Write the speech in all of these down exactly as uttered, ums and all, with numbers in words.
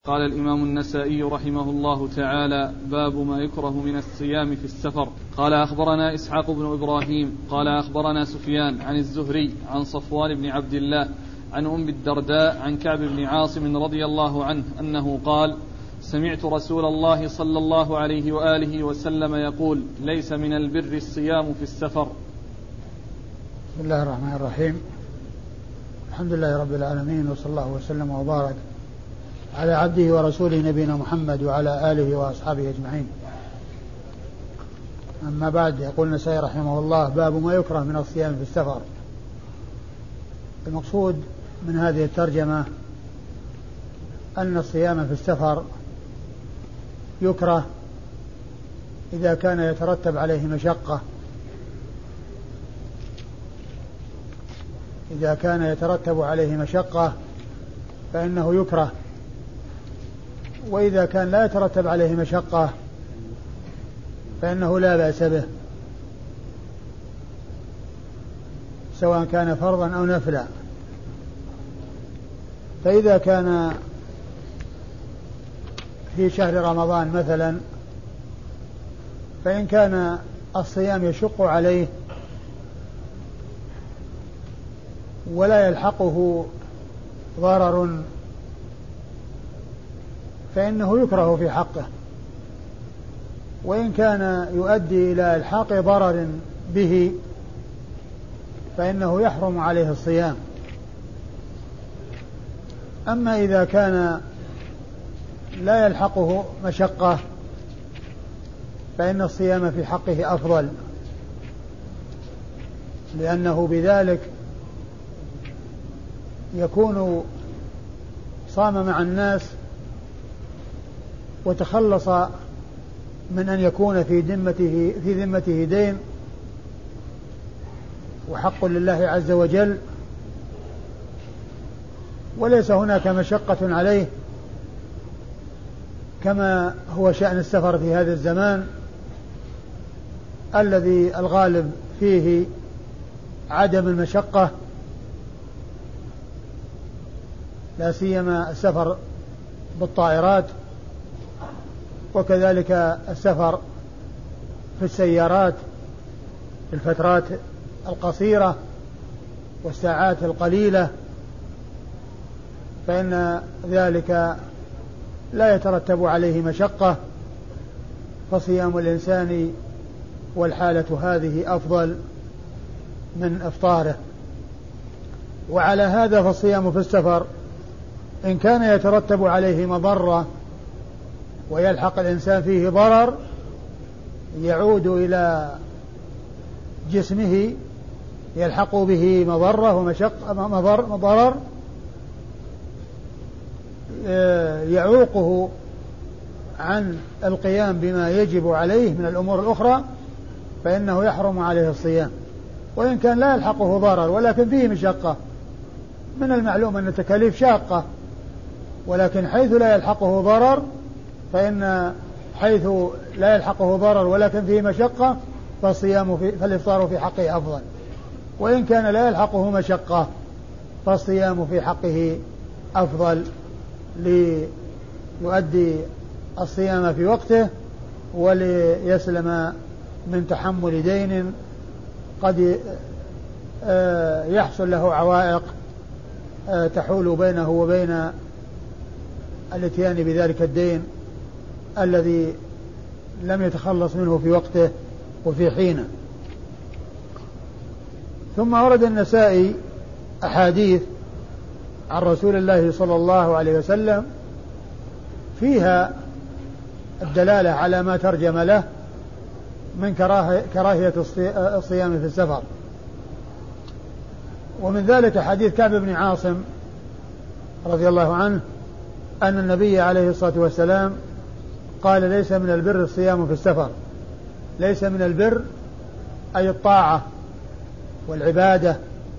قال الإمام النسائي رحمه الله تعالى: باب ما يكره من الصيام في السفر. قال: أخبرنا إسحاق بن إبراهيم قال أخبرنا سفيان عن الزهري عن صفوان بن عبد الله عن أم الدرداء عن كعب بن عاصم رضي الله عنه أنه قال: سمعت رسول الله صلى الله عليه وآله وسلم يقول: ليس من البر الصيام في السفر. بسم الله الرحمن الرحيم. الحمد لله رب العالمين، وصلى الله وسلم وبارك على عبده ورسوله نبينا محمد وعلى آله وأصحابه أجمعين. أما بعد، يقول النسائي رحمه الله: باب ما يكره من الصيام في السفر. المقصود من هذه الترجمة أن الصيام في السفر يكره إذا كان يترتب عليه مشقة إذا كان يترتب عليه مشقة فإنه يكره، وإذا كان لا يترتب عليه مشقة فإنه لا بأس به، سواء كان فرضا أو نفلا. فإذا كان في شهر رمضان مثلا، فإن كان الصيام يشق عليه ولا يلحقه ضرر فإنه يكره في حقه، وإن كان يؤدي إلى إلحاق ضرر به فإنه يحرم عليه الصيام. أما إذا كان لا يلحقه مشقة فإن الصيام في حقه أفضل، لأنه بذلك يكون صام مع الناس وتخلص من أن يكون في ذمته في ذمته دين وحق لله عز وجل، وليس هناك مشقة عليه كما هو شأن السفر في هذا الزمان الذي الغالب فيه عدم المشقة، لا سيما السفر بالطائرات، وكذلك السفر في السيارات في الفترات القصيرة والساعات القليلة، فإن ذلك لا يترتب عليه مشقة، فصيام الإنسان والحالة هذه أفضل من إفطاره. وعلى هذا فالصيام في السفر إن كان يترتب عليه مضرة ويلحق الإنسان فيه ضرر يعود إلى جسمه يلحق به مضرة ومشق مضرر يعوقه عن القيام بما يجب عليه من الأمور الأخرى، فإنه يحرم عليه الصيام. وإن كان لا يلحقه ضرر ولكن فيه مشقة، من المعلوم أن التكاليف شاقة، ولكن حيث لا يلحقه ضرر فإن حيث لا يلحقه ضرر ولكن فيه مشقة فالصيام في فالإفطار في حقه أفضل. وإن كان لا يلحقه مشقة فالصيام في حقه أفضل، ليؤدي الصيام في وقته وليسلم من تحمل دين قد يحصل له عوائق تحول بينه وبين الاتيان بذلك الدين الذي لم يتخلص منه في وقته وفي حينه. ثم ورد النسائي أحاديث عن رسول الله صلى الله عليه وسلم فيها الدلالة على ما ترجم له من كراهية الصيام في السفر، ومن ذلك حديث كعب بن عاصم رضي الله عنه أن النبي عليه الصلاة والسلام قال: ليس من البر الصيام في السفر. ليس من البر أي الطاعة والعبادة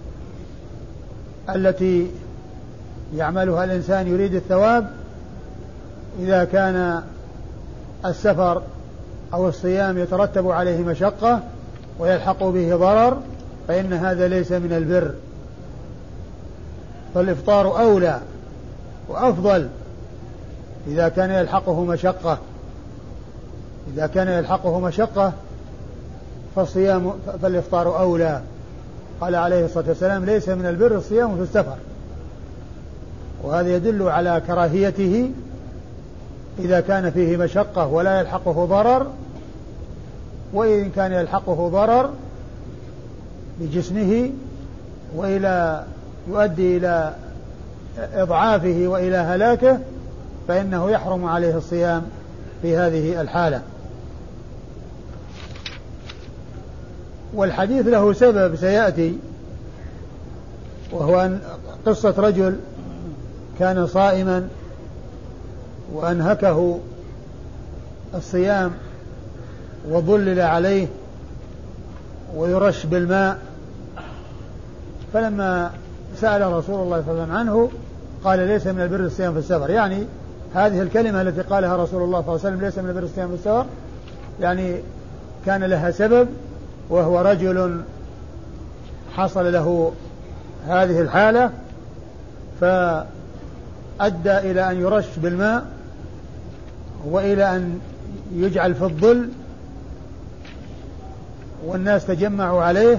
التي يعملها الإنسان يريد الثواب، إذا كان السفر أو الصيام يترتب عليه مشقة ويلحق به ضرر فإن هذا ليس من البر، فالإفطار أولى وأفضل إذا كان يلحقه مشقة إذا كان يلحقه مشقة فالصيام فالإفطار أولى. قال عليه الصلاة والسلام ليس من البر الصيام في السفر، وهذا يدل على كراهيته إذا كان فيه مشقة ولا يلحقه ضرر، وإن كان يلحقه ضرر بجسمه وإلى يؤدي إلى إضعافه وإلى هلاكه فإنه يحرم عليه الصيام في هذه الحالة. والحديث له سبب سيأتي، وهو أن قصة رجل كان صائما وأنهكه الصيام وظلل عليه ويرش بالماء، فلما سأل رسول الله صلى الله عليه وسلم عنه قال ليس من البر الصيام في السفر. يعني هذه الكلمة التي قالها رسول الله صلى الله عليه وسلم ليس من البر الصيام في السفر يعني كان لها سبب، وهو رجل حصل له هذه الحالة فأدى إلى أن يرش بالماء وإلى أن يجعل في الظل، والناس تجمعوا عليه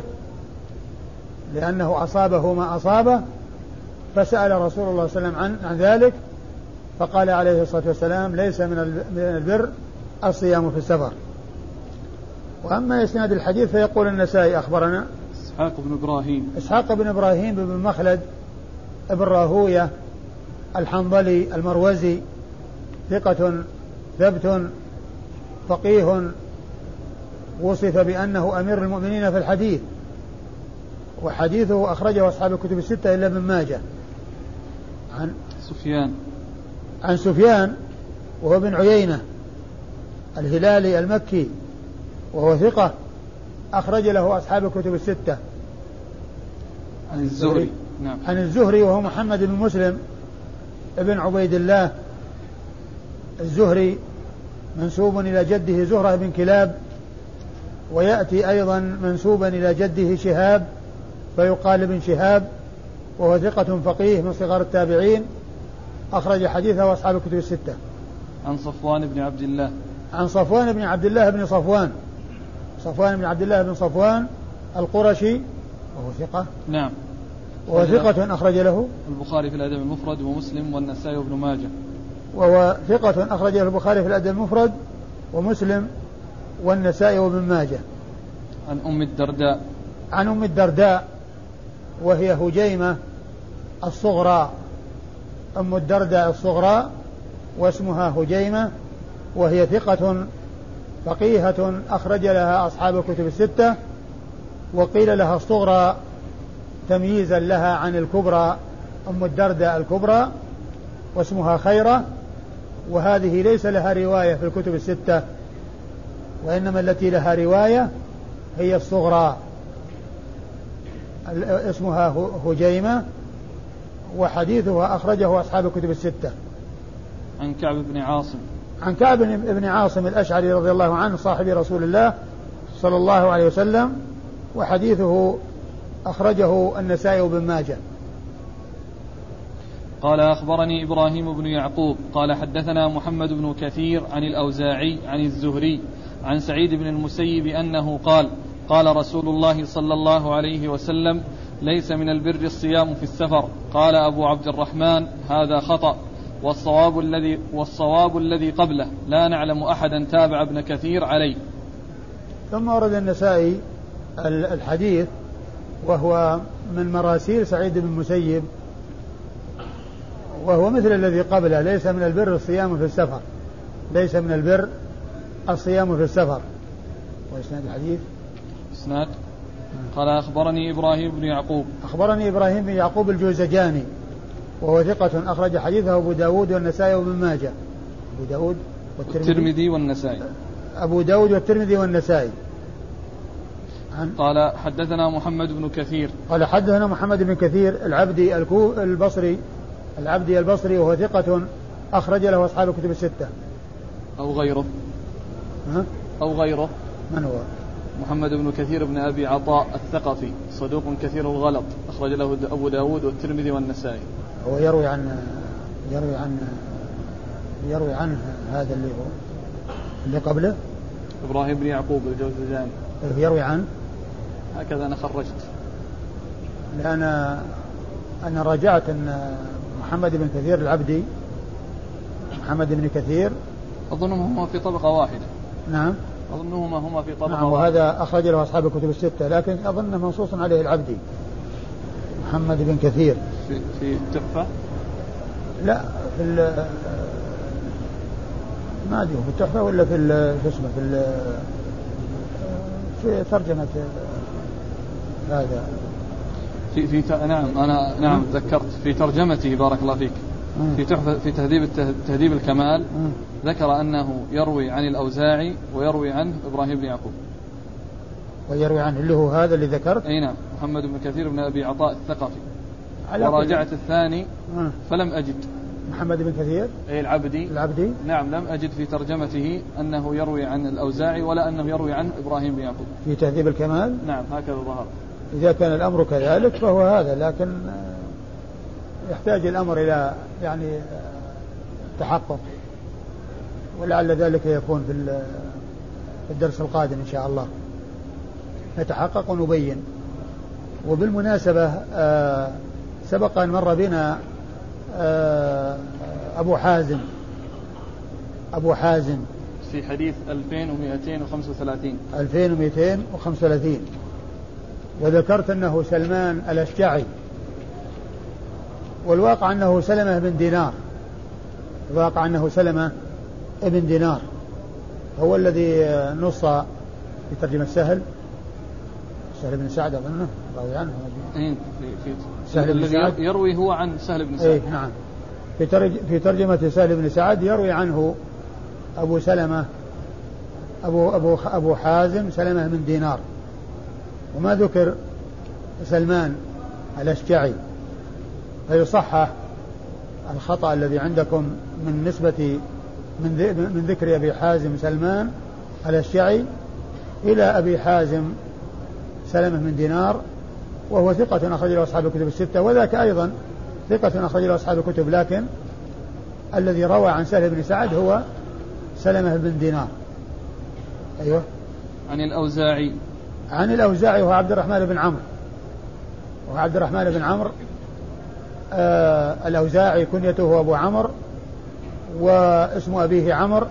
لأنه أصابه ما أصابه، فسأل رسول الله صلى الله عليه وسلم عن, عن ذلك فقال عليه الصلاة والسلام ليس من البر الصيام في السفر. وأما إسناد الحديث فيقول النسائي أخبرنا إسحاق بن إبراهيم إسحاق بن إبراهيم بن مخلد ابن راهوية الحنظلي المروزي ثقة ثبت فقيه، وصف بأنه أمير المؤمنين في الحديث، وحديثه أخرجه أصحاب الكتب الستة إلا ابن ماجه. عن سفيان عن سفيان وهو بن عيينة الهلالي المكي، وهو ثقة أخرج له أصحاب الكتب الستة. عن الزهري نعم عن الزهري وهو محمد بن مسلم ابن عبيد الله الزهري، منسوب إلى جده زهرة بن كلاب، ويأتي أيضا منسوبا إلى جده شهاب فيقال ابن شهاب، وهو ثقة فقيه من صغار التابعين، أخرج حديثه أصحاب الكتب الستة. عن صفوان بن عبد الله عن صفوان بن عبد الله بن صفوان صفوان بن عبد الله بن صفوان القرشي، وهو ثقة نعم وهو ثقة أخرج له البخاري في الأدب المفرد ومسلم والنسائي وابن ماجه. وهو ثقة أخرج له البخاري في الأدب المفرد ومسلم والنسائي وابن ماجه. عن أم الدرداء عن أم الدرداء وهي هجيمة الصغرى، أم الدرداء الصغرى واسمها هجيمة، وهي ثقة فقيهة أخرج لها أصحاب الكتب الستة، وقيل لها الصغرى تمييزا لها عن الكبرى، أم الدرداء الكبرى واسمها خيرة، وهذه ليس لها رواية في الكتب الستة، وإنما التي لها رواية هي الصغرى اسمها هجيمة، وحديثها أخرجه أصحاب الكتب الستة. عن كعب بن عاصم عن كعب بن عاصم الأشعري رضي الله عنه صاحب رسول الله صلى الله عليه وسلم، وحديثه أخرجه النسائي وابن ماجه. قال أخبرني إبراهيم بن يعقوب قال حدثنا محمد بن كثير عن الأوزاعي عن الزهري عن سعيد بن المسيب أنه قال قال رسول الله صلى الله عليه وسلم ليس من البر الصيام في السفر. قال أبو عبد الرحمن هذا خطأ، والصواب الذي والصواب الذي قبله لا نعلم أحدا تابع ابن كثير عليه. ثم ورد النسائي الحديث وهو من مراسيل سعيد بن المسيب، وهو مثل الذي قبله ليس من البر الصيام في السفر، ليس من البر الصيام في السفر. وإسناد الحديث إسناد قال أخبرني إبراهيم بن يعقوب أخبرني إبراهيم بن يعقوب الجوزجاني وهو ثقة أخرج حديثه أبو داود والنسائي وابن ماجه. أبو داود والترمذي, والترمذي والنسائي أبو داود والترمذي والنسائي. عن قال حدثنا محمد بن كثير قال حدثنا محمد بن كثير العبدي البصري العبدي البصري وهو ثقة أخرج له أصحاب الكتب الستة. أو غيره ها؟ أو غيره من هو؟ محمد بن كثير بن أبي عطاء الثقفي صدوق كثير الغلط أخرج له أبو داود والترمذي والنسائي. هو يروي عن يروي عن يروي عنه هذا اللي هو اللي قبله إبراهيم بن يعقوب الجوزجاني يروي عنه هكذا أنا خرجت. لأن أنا راجعت أن محمد بن كثير العبدي محمد بن كثير أظنهما هما في طبقة واحدة. نعم أظنهما هما في طبقة نعم واحدة. وهذا أخرج له أصحاب الكتب الستة لكن أظن منصوص عليه العبدي محمد بن كثير في في التحفة. لا في ال ما أدري في التحفة ولا في في اسمه في في ترجمة هذا في في نعم أنا نعم ذكرت في ترجمته بارك الله فيك في تحفة في تهذيب تهذيب الكمال ذكر أنه يروي عن الأوزاعي ويروي عنه إبراهيم بن يعقوب ويروي عنه اللي هو هذا اللي ذكرت. أي نعم محمد بن كثير بن أبي عطاء الثقفي. وراجعت الثاني فلم أجد محمد بن كثير أي العبدي العبدي نعم لم أجد في ترجمته أنه يروي عن الأوزاعي ولا أنه يروي عن إبراهيم بن يعقوب في تهذيب الكمال. نعم هكذا ظهر. إذا كان الأمر كذلك فهو هذا لكن يحتاج الأمر إلى يعني تحقق ولعل ذلك يكون في الدرس القادم إن شاء الله نتحقق ونبين. وبالمناسبة سبق أن مر بنا أبو حازم أبو حازم في حديث ألفين ومئتين وخمسة وثلاثين ألفين ومئتين وخمسة وثلاثين وذكرت أنه سلمان الأشجعي والواقع أنه سلمة بن دينار الواقع أنه سلمة بن دينار هو الذي نص في ترجمة سهل سهل بن سعد أظنه راوي عنه في في سهل بن سعد يروي هو عن سهل بن سعد. إيه نعم في ترج في ترجمة سهل بن سعد يروي عنه أبو سلمة أبو أبو أبو حازم سلمة بن دينار وما ذكر سلمان الأشجعي فيصحح الخطأ الذي عندكم من نسبة من من ذكر أبي حازم سلمان الأشجعي إلى أبي حازم سلمة من دينار وهو ثقة أخرج له أصحاب الكتب الستة وذاك أيضا ثقة أخرج له أصحاب الكتب لكن الذي روى عن سهل بن سعد هو سلمة بن دينار. أيوة عن الأوزاعي عن الأوزاعي وهو عبد الرحمن بن عمرو وهو عبد الرحمن بن عمرو آه الأوزاعي كنيته أبو عمرو واسم أبيه عمرو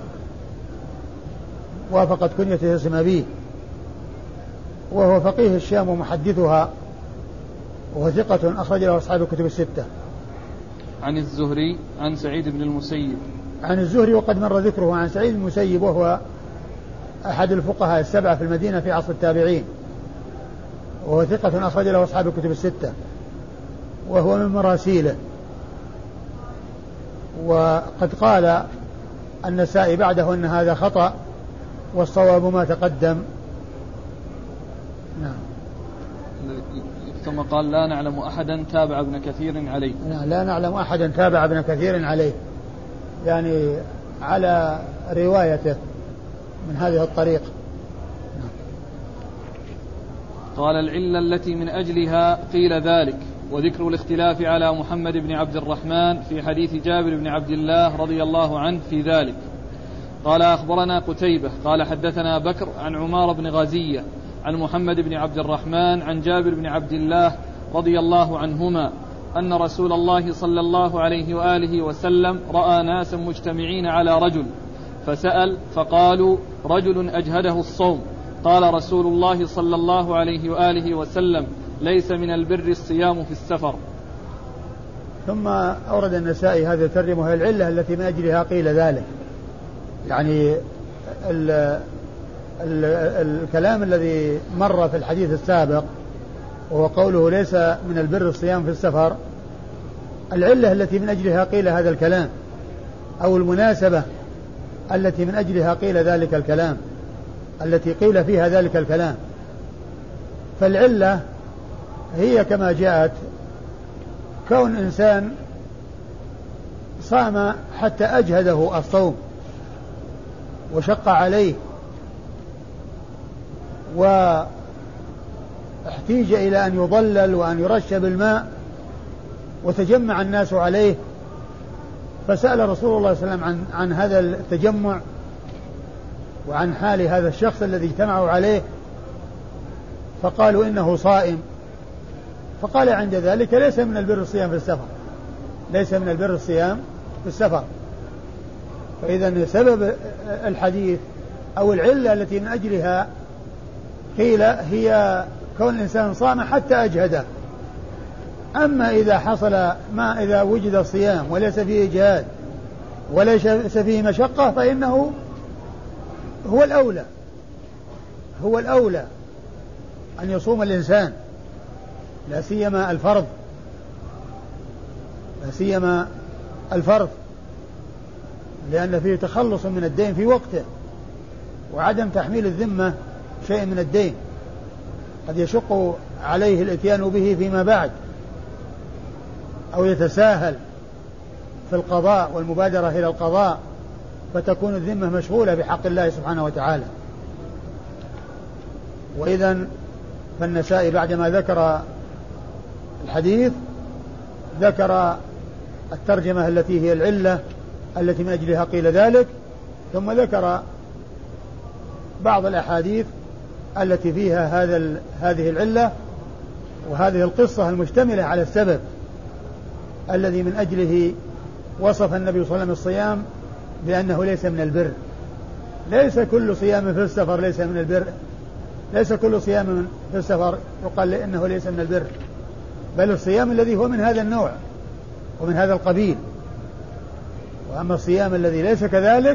وافقت كنيته اسم أبيه وهو فقيه الشام ومحدثها وهو ثقة أخرج له أصحاب الكتب الستة. عن الزهري عن سعيد بن المسيب عن الزهري وقد مر ذكره عن سعيد بن المسيب وهو أحد الفقهاء السبعة في المدينة في عصر التابعين وهو ثقة أخرج له أصحاب الكتب الستة وهو من مراسيله وقد قال النسائي بعده أن هذا خطأ والصواب ما تقدم. نعم ثم قال لا نعلم أحدا تابع ابن كثير عليه. لا نعلم أحدا تابع ابن كثير عليه يعني على روايته من هذه الطريق. قال العلة التي من أجلها قيل ذلك وذكر الاختلاف على محمد بن عبد الرحمن في حديث جابر بن عبد الله رضي الله عنه في ذلك. قال أخبرنا قتيبة قال حدثنا بكر عن عمار بن غازية عن محمد بن عبد الرحمن عن جابر بن عبد الله رضي الله عنهما أن رسول الله صلى الله عليه وآله وسلم رأى ناسا مجتمعين على رجل فسأل فقالوا رجل أجهده الصوم قال رسول الله صلى الله عليه وآله وسلم ليس من البر الصيام في السفر. ثم أورد النسائي هذا الترجمة وهي العلة التي من أجلها قيل ذلك يعني ال ال الكلام الذي مر في الحديث السابق وهو قوله ليس من البر الصيام في السفر العلة التي من أجلها قيل هذا الكلام أو المناسبة التي من أجلها قيل ذلك الكلام التي قيل فيها ذلك الكلام. فالعلة هي كما جاءت كون إنسان صام حتى أجهده الصوم وشق عليه واحتيج إلى أن يضلل وأن يرش بالماء وتجمع الناس عليه فسأل رسول الله صلى الله عليه وسلم عن, عن هذا التجمع وعن حال هذا الشخص الذي اجتمعوا عليه، فقالوا إنه صائم. فقال عند ذلك ليس من البر الصيام في السفر، ليس من البر الصيام في السفر. فإذا سبب الحديث أو العلة التي من أجلها قيل هي كون الإنسان صام حتى أجهده. أما إذا حصل ما إذا وجد الصيام وليس فيه إجهاد وليس فيه مشقة فإنه هو الأولى هو الأولى أن يصوم الإنسان، لا سيما الفرض لا سيما الفرض لأن فيه تخلص من الدين في وقته وعدم تحميل الذمة شيء من الدين قد يشق عليه الاتيان به فيما بعد أو يتساهل في القضاء والمبادرة إلى القضاء فتكون الذمة مشغولة بحق الله سبحانه وتعالى. وإذن فالنسائي بعدما ذكر الحديث ذكر الترجمة التي هي العلة التي من أجلها قيل ذلك، ثم ذكر بعض الأحاديث التي فيها هذا هذه العلة وهذه القصة المشتملة على السبب الذي من أجله وصف النبي صلى الله عليه وسلم الصيام بأنه ليس من البر. ليس كل صيام في السفر ليس من البر، ليس كل صيام في السفر يقال إنه ليس من البر، بل الصيام الذي هو من هذا النوع ومن هذا القبيل. وأما الصيام الذي ليس كذلك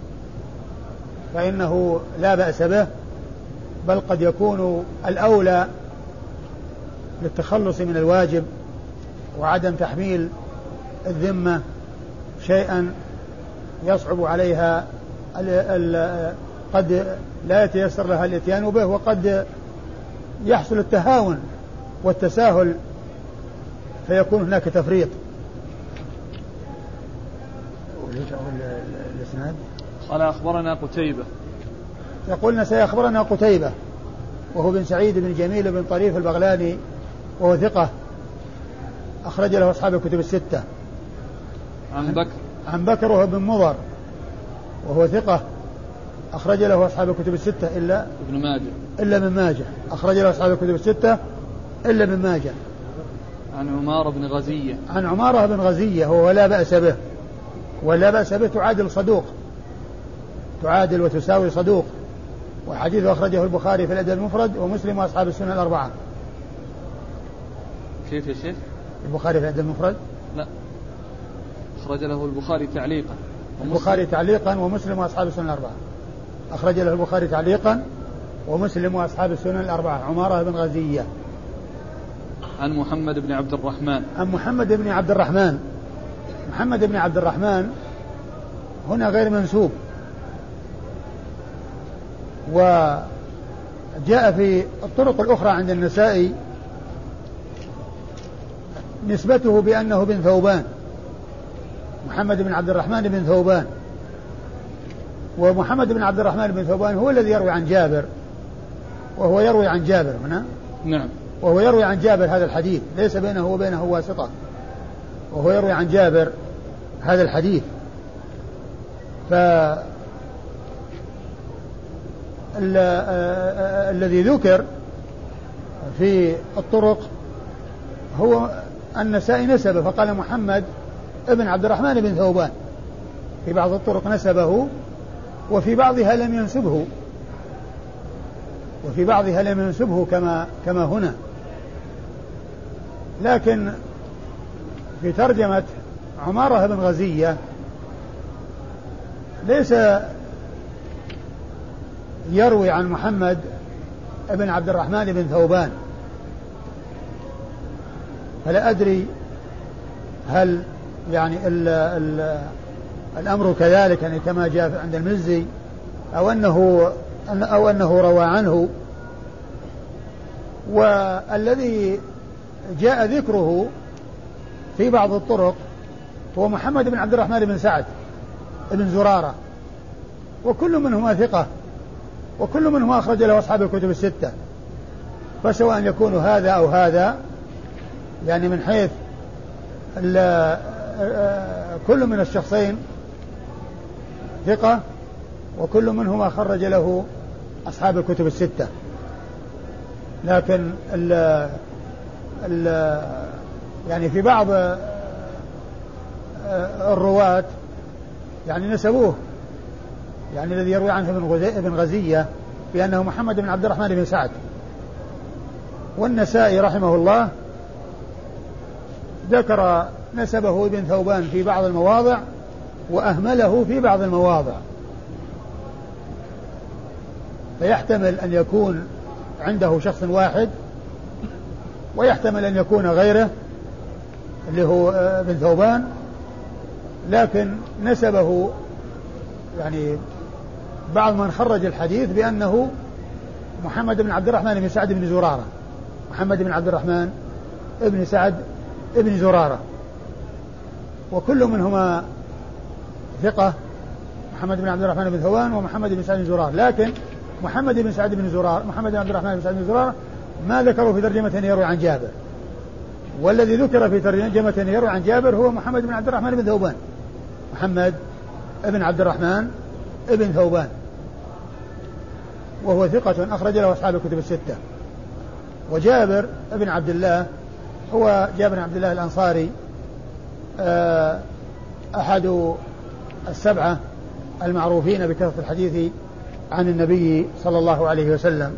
فإنه لا بأس به، بل قد يكون الأولى للتخلص من الواجب وعدم تحميل الذمة شيئا يصعب عليها ال ال قد لا يتيسر لها الاتيان به، وقد يحصل التهاون والتساهل فيكون هناك تفريط. قال أخبرنا قتيبة، يقولنا سيخبرنا قتيبة وهو بن سعيد بن جميل بن طريف البغلاني وهو ثقة أخرج له أصحاب الكتب الستة. عن بكر عن بكر وهو بن مضر وهو ثقة أخرج له أصحاب الكتب الستة إلا ابن ماجه إلا من ماجه أخرج له أصحاب الكتب الستة إلا من ماجه. عن عمارة بن غزية عن عمارة بن غزية وهو لا بأس به، ولا بأس به تعادل صدوق، تعادل وتساوي صدوق، وحديث أخرجه البخاري في الأدب المفرد ومسلم وأصحاب السنة الأربعة. كيف يا شيخ؟ البخاري في الأدب المفرد؟ لا، أخرج له البخاري تعليقا البخاري تعليقا ومسلم وأصحاب السنة الأربعة. أخرج له البخاري تعليقا ومسلم وأصحاب السنة الأربعة. عمارة بن غزية. عن محمد بن عبد الرحمن عن محمد بن عبد الرحمن محمد بن عبد الرحمن هنا غير منسوب، وجاء في الطرق الأخرى عند النسائي نسبته بأنه بن ثوبان، محمد بن عبد الرحمن بن ثوبان. ومحمد بن عبد الرحمن بن ثوبان هو الذي يروي عن جابر، وهو يروي عن جابر هنا نعم وهو يروي عن جابر هذا الحديث، ليس بينه وبينه واسطة، وهو يروي عن جابر هذا الحديث. ف الذي ذكر في الطرق هو النسائي نسبه فقال محمد ابن عبد الرحمن بن ثوبان، في بعض الطرق نسبه وفي بعضها لم ينسبه وفي بعضها لم ينسبه كما كما هنا. لكن في ترجمة عمارة بن غزية ليس يروي عن محمد ابن عبد الرحمن بن ثوبان، فلا أدري هل يعني ال ال الأمر كذلك يعني كما جاء عند المزي أو أنه أو أنه روى عنه. والذي جاء ذكره في بعض الطرق هو محمد بن عبد الرحمن بن سعد بن زرارة، وكل منهما ثقة، وكل منهما أخرج له أصحاب الكتب الستة، فسواء يكون هذا أو هذا يعني من حيث كل من الشخصين ثقة، وكل منهما خرج له أصحاب الكتب الستة. لكن ال ال يعني في بعض الرواة يعني نسبوه، يعني الذي يروي عنه ابن غزية بأنه محمد بن عبد الرحمن بن سعد. والنسائي رحمه الله ذكر نسبه ابن ثوبان في بعض المواضع وأهمله في بعض المواضع، فيحتمل أن يكون عنده شخص واحد، ويحتمل أن يكون غيره اللي هو ابن ثوبان، لكن نسبه يعني بعض من خرج الحديث بأنه محمد بن عبد الرحمن بن سعد بن زرارة، محمد بن عبد الرحمن ابن سعد ابن زرارة، وكل منهما ثقة، محمد بن عبد الرحمن بن ثوبان ومحمد بن سعد بن زرارة. لكن محمد بن سعد بن زرارة محمد بن عبد الرحمن بن سعد بن زرارة ما ذكروا في ترجمة يروي عن جابر، والذي ذكر في ترجمة يروي عن جابر هو محمد بن عبد الرحمن بن ثوبان، محمد بن عبد الرحمن بن ثوبان، وهو ثقة أخرج له أصحاب الكتب الستة. وجابر بن عبد الله هو جابر بن عبد الله الأنصاري، أحد السبعة المعروفين بكثرة الحديث عن النبي صلى الله عليه وسلم.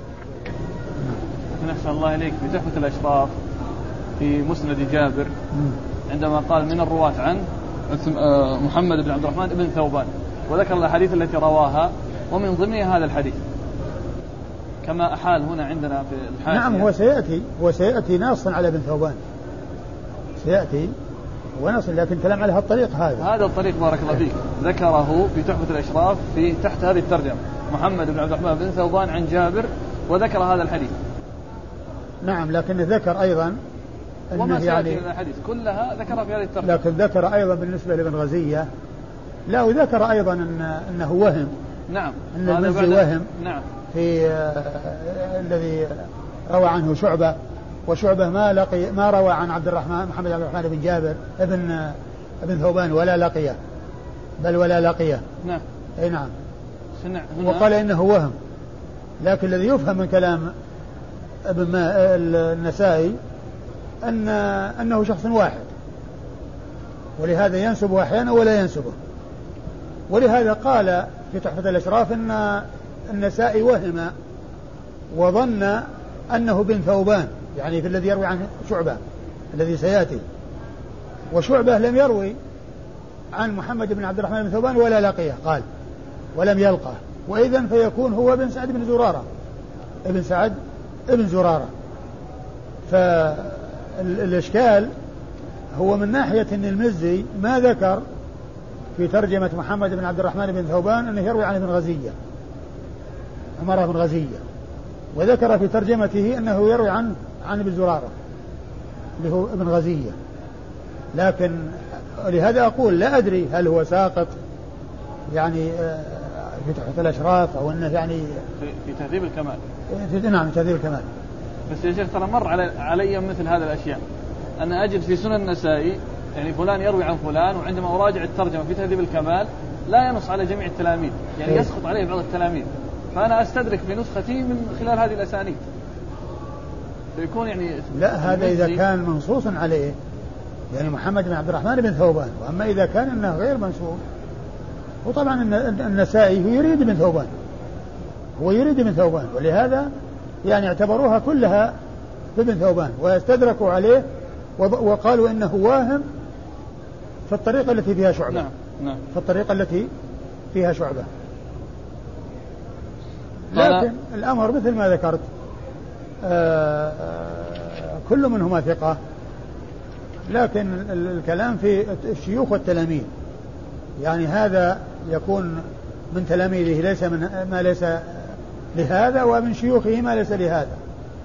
نحسن الله إليك في تحفة الأشراف في مسند جابر عندما قال من الرواة عنه محمد بن عبد الرحمن بن ثوبان، وذكر الأحاديث التي رواها ومن ضمنها هذا الحديث كما أحال هنا عندنا في الحاشية. نعم، هو سيأتي هو سيأتي ناصا على ابن ثوبان، سيأتي ونص، لكن كلام على هالطريق هذا هذا الطريق بارك الله فيك ذكره في تحفة الأشراف في تحت هذه الترجمة محمد بن عبد الرحمن بن ثوبان عن جابر، وذكر هذا الحديث. نعم، لكن ذكر أيضا وما يعني الحديث كلها ذكرها في هذه الترجمة، لكن ذكر أيضا بالنسبة لابن غزية، لا وذكر أيضا إن أنه وهم. نعم، أن المزي وهم. نعم، في آه الذي روى عنه شعبة، وشعبة ما لقي ما روى عن عبد الرحمن محمد عبد الرحمن بن جابر ابن آه ابن ثوبان ولا لقيه، بل ولا لقيه. نعم، أي نعم. وقال إنه وهم، لكن الذي يفهم من كلام ابن النسائي أن أنه شخص واحد، ولهذا ينسب أحيانا ولا ينسبه. ولهذا قال في تحفة الأشراف أن النسائي وهم وظن أنه بن ثوبان، يعني في الذي يروي عن شعبة الذي سيأتي، وشعبة لم يروي عن محمد بن عبد الرحمن بن ثوبان ولا لقيه، قال ولم يلقه، وإذن فيكون هو بن سعد بن زرارة ابن سعد ابن زرارة. فالإشكال هو من ناحية أن المزي ما ذكر في ترجمة محمد بن عبد الرحمن بن ثوبان أنه يروي عن ابن غزية عمر بن غزية، وذكر في ترجمته أنه يروي عن عن ابن زرارة اللي هو ابن غزية. لكن لهذا أقول لا أدري هل هو ساقط يعني في تحفة الأشراف أو أنه يعني في, في تهذيب الكمال. في نعم تهذيب الكمال. بس يا شيخ ترى مر علي, علي مثل هذا الأشياء، أنا أجد في سنن النسائي يعني فلان يروي عن فلان، وعندما أراجع الترجمة في تهذيب الكمال لا ينص على جميع التلاميذ، يعني يسقط عليه بعض التلاميذ، فأنا أستدرك بنسختي من خلال هذه الأسانيد فيكون يعني لا هذا إذا كان منصوص عليه يعني محمد بن عبد الرحمن بن ثوبان. وأما إذا كان أنه غير منصوص، وطبعا النسائي هو يريد من ثوبان هو يريد من ثوبان ولهذا يعني اعتبروها كلها بابن ثوبان ويستدركوا عليه وقالوا إنه واهم في الطريقة التي فيها شعبة. نعم. نعم. في الطريقة التي فيها شعبة. لكن الأمر مثل ما ذكرت آآ آآ كل منهما ثقة، لكن الكلام في الشيوخ والتلاميذ، يعني هذا يكون من تلاميذه ليس من ما ليس لهذا، ومن شيوخه ما ليس لهذا.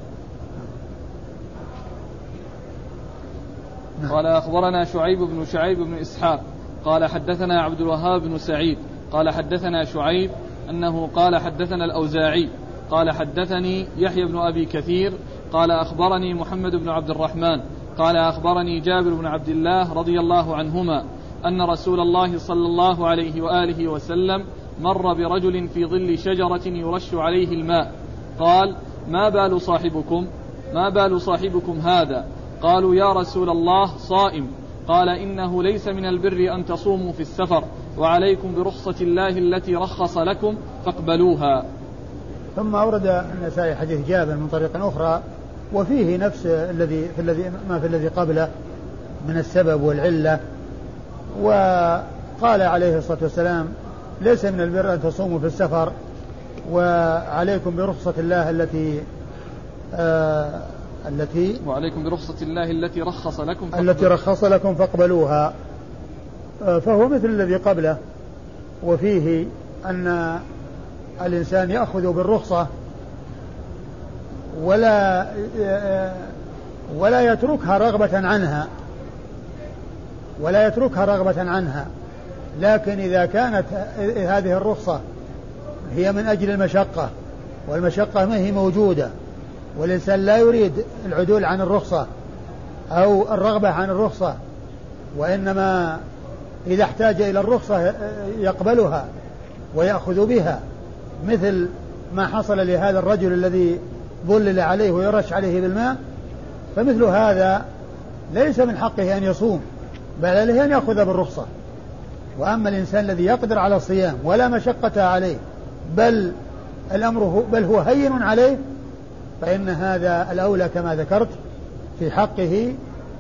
قال أخبرنا شعيب بن شعيب بن إسحاق قال حدثنا عبد الوهاب بن سعيد قال حدثنا شعيب أنه قال حدثنا الأوزاعي قال حدثني يحيى بن أبي كثير قال أخبرني محمد بن عبد الرحمن قال أخبرني جابر بن عبد الله رضي الله عنهما أن رسول الله صلى الله عليه وآله وسلم مر برجل في ظل شجرة يرش عليه الماء قال ما بال صاحبكم ما بال صاحبكم هذا؟ قالوا يا رسول الله صائم. قال إنه ليس من البر أن تصوموا في السفر وعليكم برخصة الله التي رخص لكم فاقبلوها. ثم أورد النسائي حديث جابر من طريق أخرى وفيه نفس الذي في الذي ما في الذي قبله من السبب والعلة. وقال عليه الصلاة والسلام ليس من البر أن تصوموا في السفر وعليكم برخصة الله التي آه التي وعليكم برخصة الله التي رخص لكم التي رخص لكم فاقبلوها. آه فهو مثل الذي قبله وفيه أن الإنسان يأخذ بالرخصة ولا ولا يتركها رغبة عنها ولا يتركها رغبة عنها لكن إذا كانت هذه الرخصة هي من أجل المشقة والمشقة ما هي موجودة والإنسان لا يريد العدول عن الرخصة أو الرغبة عن الرخصة وإنما إذا احتاج إلى الرخصة يقبلها ويأخذ بها مثل ما حصل لهذا الرجل الذي ظلل عليه ويرش عليه بالماء فمثل هذا ليس من حقه أن يصوم بل عليه أن يأخذ بالرخصة. وأما الإنسان الذي يقدر على الصيام ولا مشقة عليه بل الأمر هو بل هو هين عليه فإن هذا الأولى كما ذكرت في حقه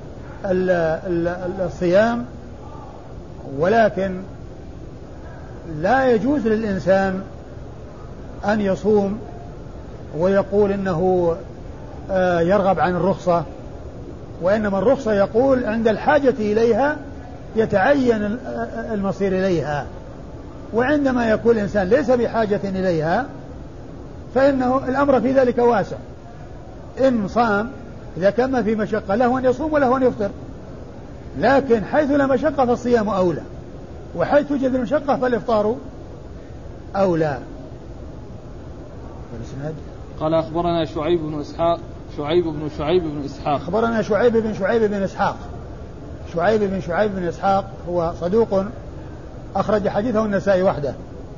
الصيام. ولكن لا يجوز للإنسان أن يصوم ويقول إنه يرغب عن الرخصة وإنما الرخصة يقول عند الحاجة إليها يتعين المصير إليها وعندما يكون الإنسان ليس بحاجة إليها فإنه الأمر في ذلك واسع. إن صام إذا كان ما في مشقة له أن يصوم وله أن يفطر لكن حيث لا مشقة فالصيام أولى وحيث توجد المشقة فالإفطار أولى. قال أخبرنا شعيب بن إسحاق شعيب بن شعيب بن إسحاق أخبرنا شعيب بن شعيب بن إسحاق شعيب بن شعيب بن إسحاق هو صدوق أخرج حديثه النسائي وحده.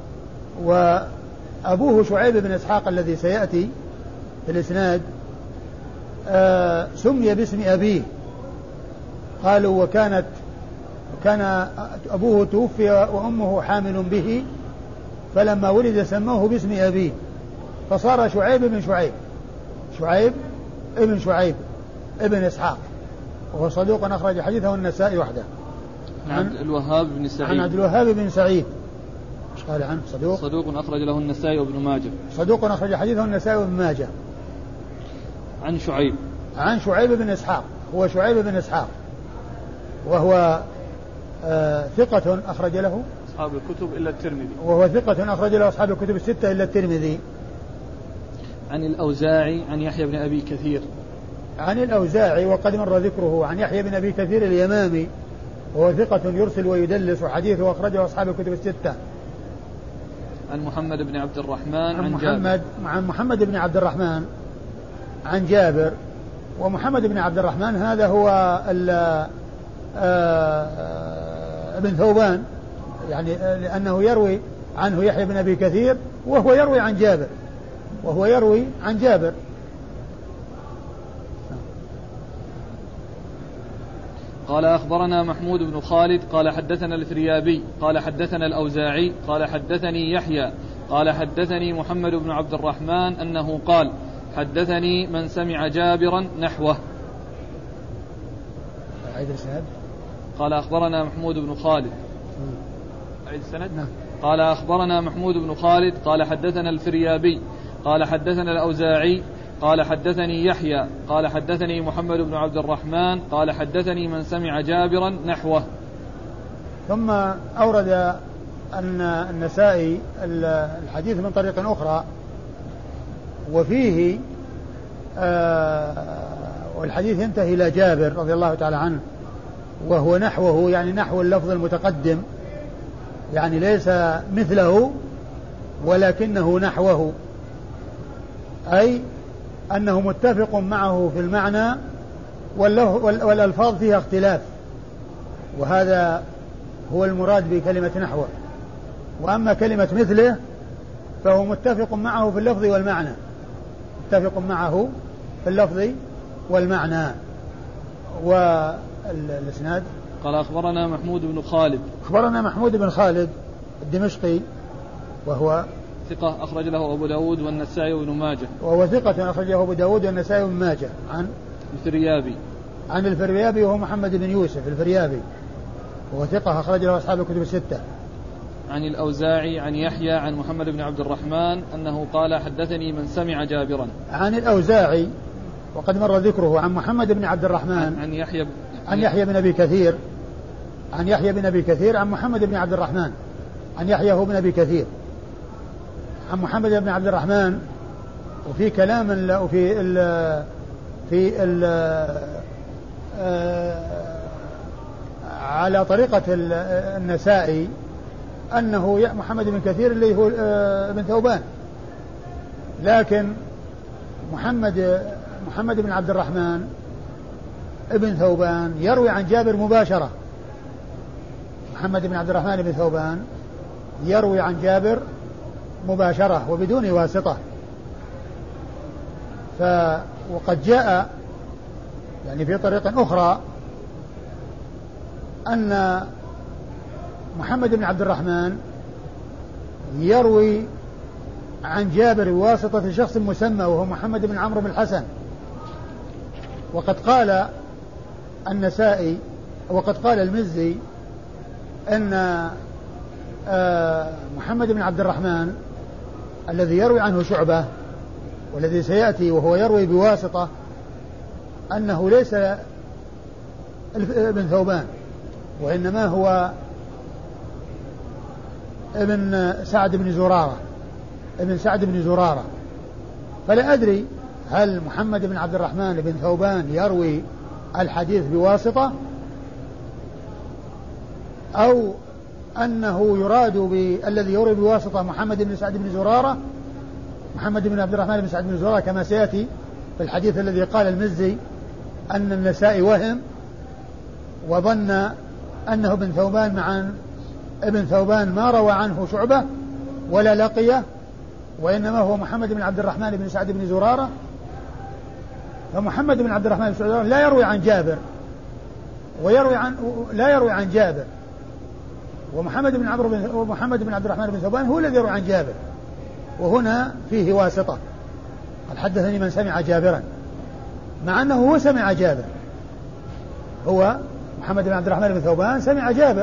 وأبوه شعيب بن إسحاق الذي سيأتي في الإسناد آه سمي باسم أبيه قالوا وكانت كان أبوه توفي وأمه حامل به فلما ولد سموه باسم أبيه فصار شعيب بن شعيب شعيب ابن شعيب ابن إسحاق وهو صدوق أخرج حديثه النسائي وحده. عن عبد الوهاب بن سعيد عن عبد الوهاب بن سعيد ايش قال عنه؟ صدوق صدوق أخرج له النسائي وابن ماجه صدوق أخرج حديثه النسائي وابن ماجه. عن شعيب عن شعيب بن إسحاق هو شعيب بن إسحاق وهو آه ثقة أخرج له أصحاب الكتب إلا الترمذي وهو ثقة أخرج له أصحاب الكتب الستة إلا الترمذي. عن الأوزاعي عن يحيى بن أبي كثير عن الأوزاعي وقد مر ذكره عن يحيى بن أبي كثير اليمامي وهو ثقة يرسل ويدلس وحديثه أخرجه أصحاب الكتب الستة. عن محمد بن عبد الرحمن عن, عن محمد عن محمد بن عبد الرحمن عن جابر. ومحمد بن عبد الرحمن هذا هو ابن ثوبان يعني لأنه يروي عنه يحيى بن أبي كثير وهو يروي عن جابر وهو يروي عن جابر. قال أخبرنا محمود بن خالد قال حدثنا الفريابي قال حدثنا الأوزاعي قال حدثني يحيى قال حدثني محمد بن عبد الرحمن أنه قال حدثني من سمع جابرا نحوه. قال أخبرنا محمود بن خالد أعيد السند قال أخبرنا محمود بن خالد قال حدثنا الفريابي قال حدثنا الأوزاعي قال حدثني يحيى قال حدثني محمد بن عبد الرحمن قال حدثني من سمع جابرا نحوه. ثم أورد أن النسائي الحديث من طريق أخرى وفيه آه والحديث ينتهي إلى جابر رضي الله تعالى عنه وهو نحوه يعني نحو اللفظ المتقدم يعني ليس مثله ولكنه نحوه أي أنه متفق معه في المعنى والألفاظ فيها اختلاف، وهذا هو المراد بكلمة نحوه. وأما كلمة مثله فهو متفق معه في اللفظ والمعنى، متفق معه في اللفظ والمعنى. والإسناد قال أخبرنا محمود بن خالد أخبرنا محمود بن خالد الدمشقي وهو ثقة أخرج له أبو داود والنسائي وابن ماجه وهو ثقة أخرجه أبو داود والنسائي وابن ماجه. عن الفريابي عن الفريابي وهو محمد بن يوسف الفريابي وهو ثقة أخرج له أصحاب الكتب الستة. عن الأوزاعي عن يحيى عن محمد بن عبد الرحمن أنه قال حدثني من سمع جابرا. عن الأوزاعي وقد مر ذكره. عن محمد بن عبد الرحمن عن, عن يحيى عن يحيى بن أبي كثير عن يحيى بن أبي كثير عن محمد بن عبد الرحمن عن يحيى هو بن أبي كثير عن محمد بن عبد الرحمن. وفي كلام ال وفي ال في ال على طريقة النسائي أنه محمد بن كثير اللي هو ابن ثوبان، لكن محمد محمد بن عبد الرحمن ابن ثوبان يروي عن جابر مباشرة. محمد بن عبد الرحمن بن ثوبان يروي عن جابر مباشرة وبدون واسطة. ف وقد جاء يعني في طريق أخرى أن محمد بن عبد الرحمن يروي عن جابر بواسطة شخص مسمى وهو محمد بن عمرو بن الحسن. وقد قال النسائي وقد قال المزي أن محمد بن عبد الرحمن الذي يروي عنه شعبة والذي سيأتي وهو يروي بواسطة أنه ليس ابن ثوبان وإنما هو ابن سعد بن زرارة ابن سعد بن زرارة. فلا أدري هل محمد بن عبد الرحمن بن ثوبان يروي الحديث بواسطة أو أنه يراد بالذي يروي بواسطة محمد بن سعد بن زرارة محمد بن عبد الرحمن بن سعد بن زرارة كما سيأتي في الحديث الذي قال المزي أن النسائي وهم وظن أنه ابن ثوبان مع ابن ثوبان ما روى عنه شعبة ولا لقيه وإنما هو محمد بن عبد الرحمن بن سعد بن زرارة. فمحمد بن عبد الرحمن بن سعد بن زرارة لا يروي عن جابر ويروي عن لا يروي عن جابر ومحمد بن عمرو بن ومحمد بن عبد الرحمن بن ثوبان هو الذي يروي عن جابر. وهنا فيه واسطة. قد حدثني من سمع جابرا مع أنه هو سمع جابر. هو محمد بن عبد الرحمن بن ثوبان سمع جابر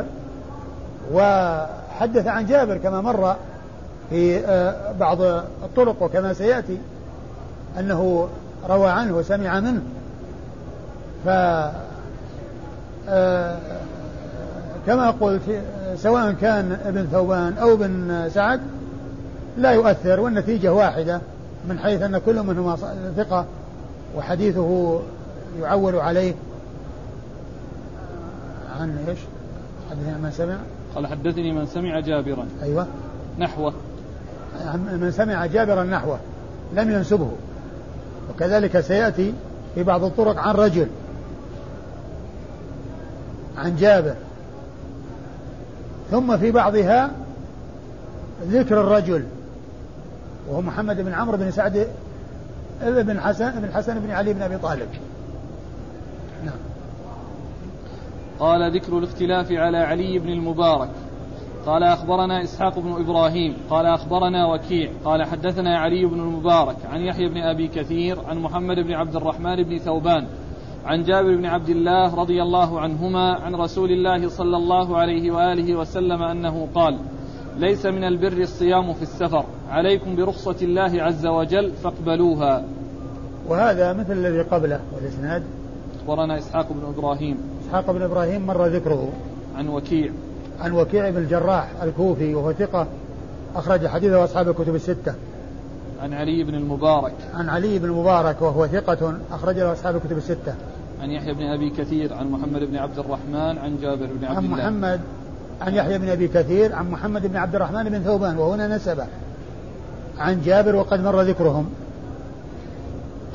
وحدث عن جابر كما مر في بعض الطرق وكما سيأتي أنه روى عنه وسمع منه. ف كما قلت سواء كان ابن ثوبان أو ابن سعد لا يؤثر والنتيجة واحدة من حيث أن كل منهما ثقة وحديثه يعول عليه. عن إيش؟ حدثني من سمع قال حدثني من سمع جابرا أيوة نحوه من سمع جابرا نحوه لم ينسبه. وكذلك سيأتي في بعض الطرق عن رجل عن جابر ثم في بعضها ذكر الرجل وهو محمد بن عمرو بن سعد بن حسن بن حسن بن علي بن أبي طالب. نعم. قال ذكر الاختلاف على علي بن المبارك. قال أخبرنا إسحاق بن إبراهيم قال أخبرنا وكيع قال حدثنا علي بن المبارك عن يحيى بن أبي كثير عن محمد بن عبد الرحمن بن ثوبان عن جابر بن عبد الله رضي الله عنهما عن رسول الله صلى الله عليه وآله وسلم أنه قال ليس من البر الصيام في السفر عليكم برخصة الله عز وجل فاقبلوها. وهذا مثل الذي قبله. والإسناد أخبرنا إسحاق بن إبراهيم إسحاق بن إبراهيم مر ذكره. عن وكيع عن وكيع بن الجراح الكوفي وهو ثقة أخرج حديثه أصحاب الكتب الستة. عن علي بن المبارك عن علي بن المبارك وهو ثقة أخرج له أصحاب الكتب الستة. عن يحيى بن أبي كثير عن محمد بن عبد الرحمن عن جابر بن عبد الله. عن محمد عن يحيى بن أبي كثير عن محمد بن عبد الرحمن بن ثوبان وهنا نسبه عن جابر وقد مر ذكرهم.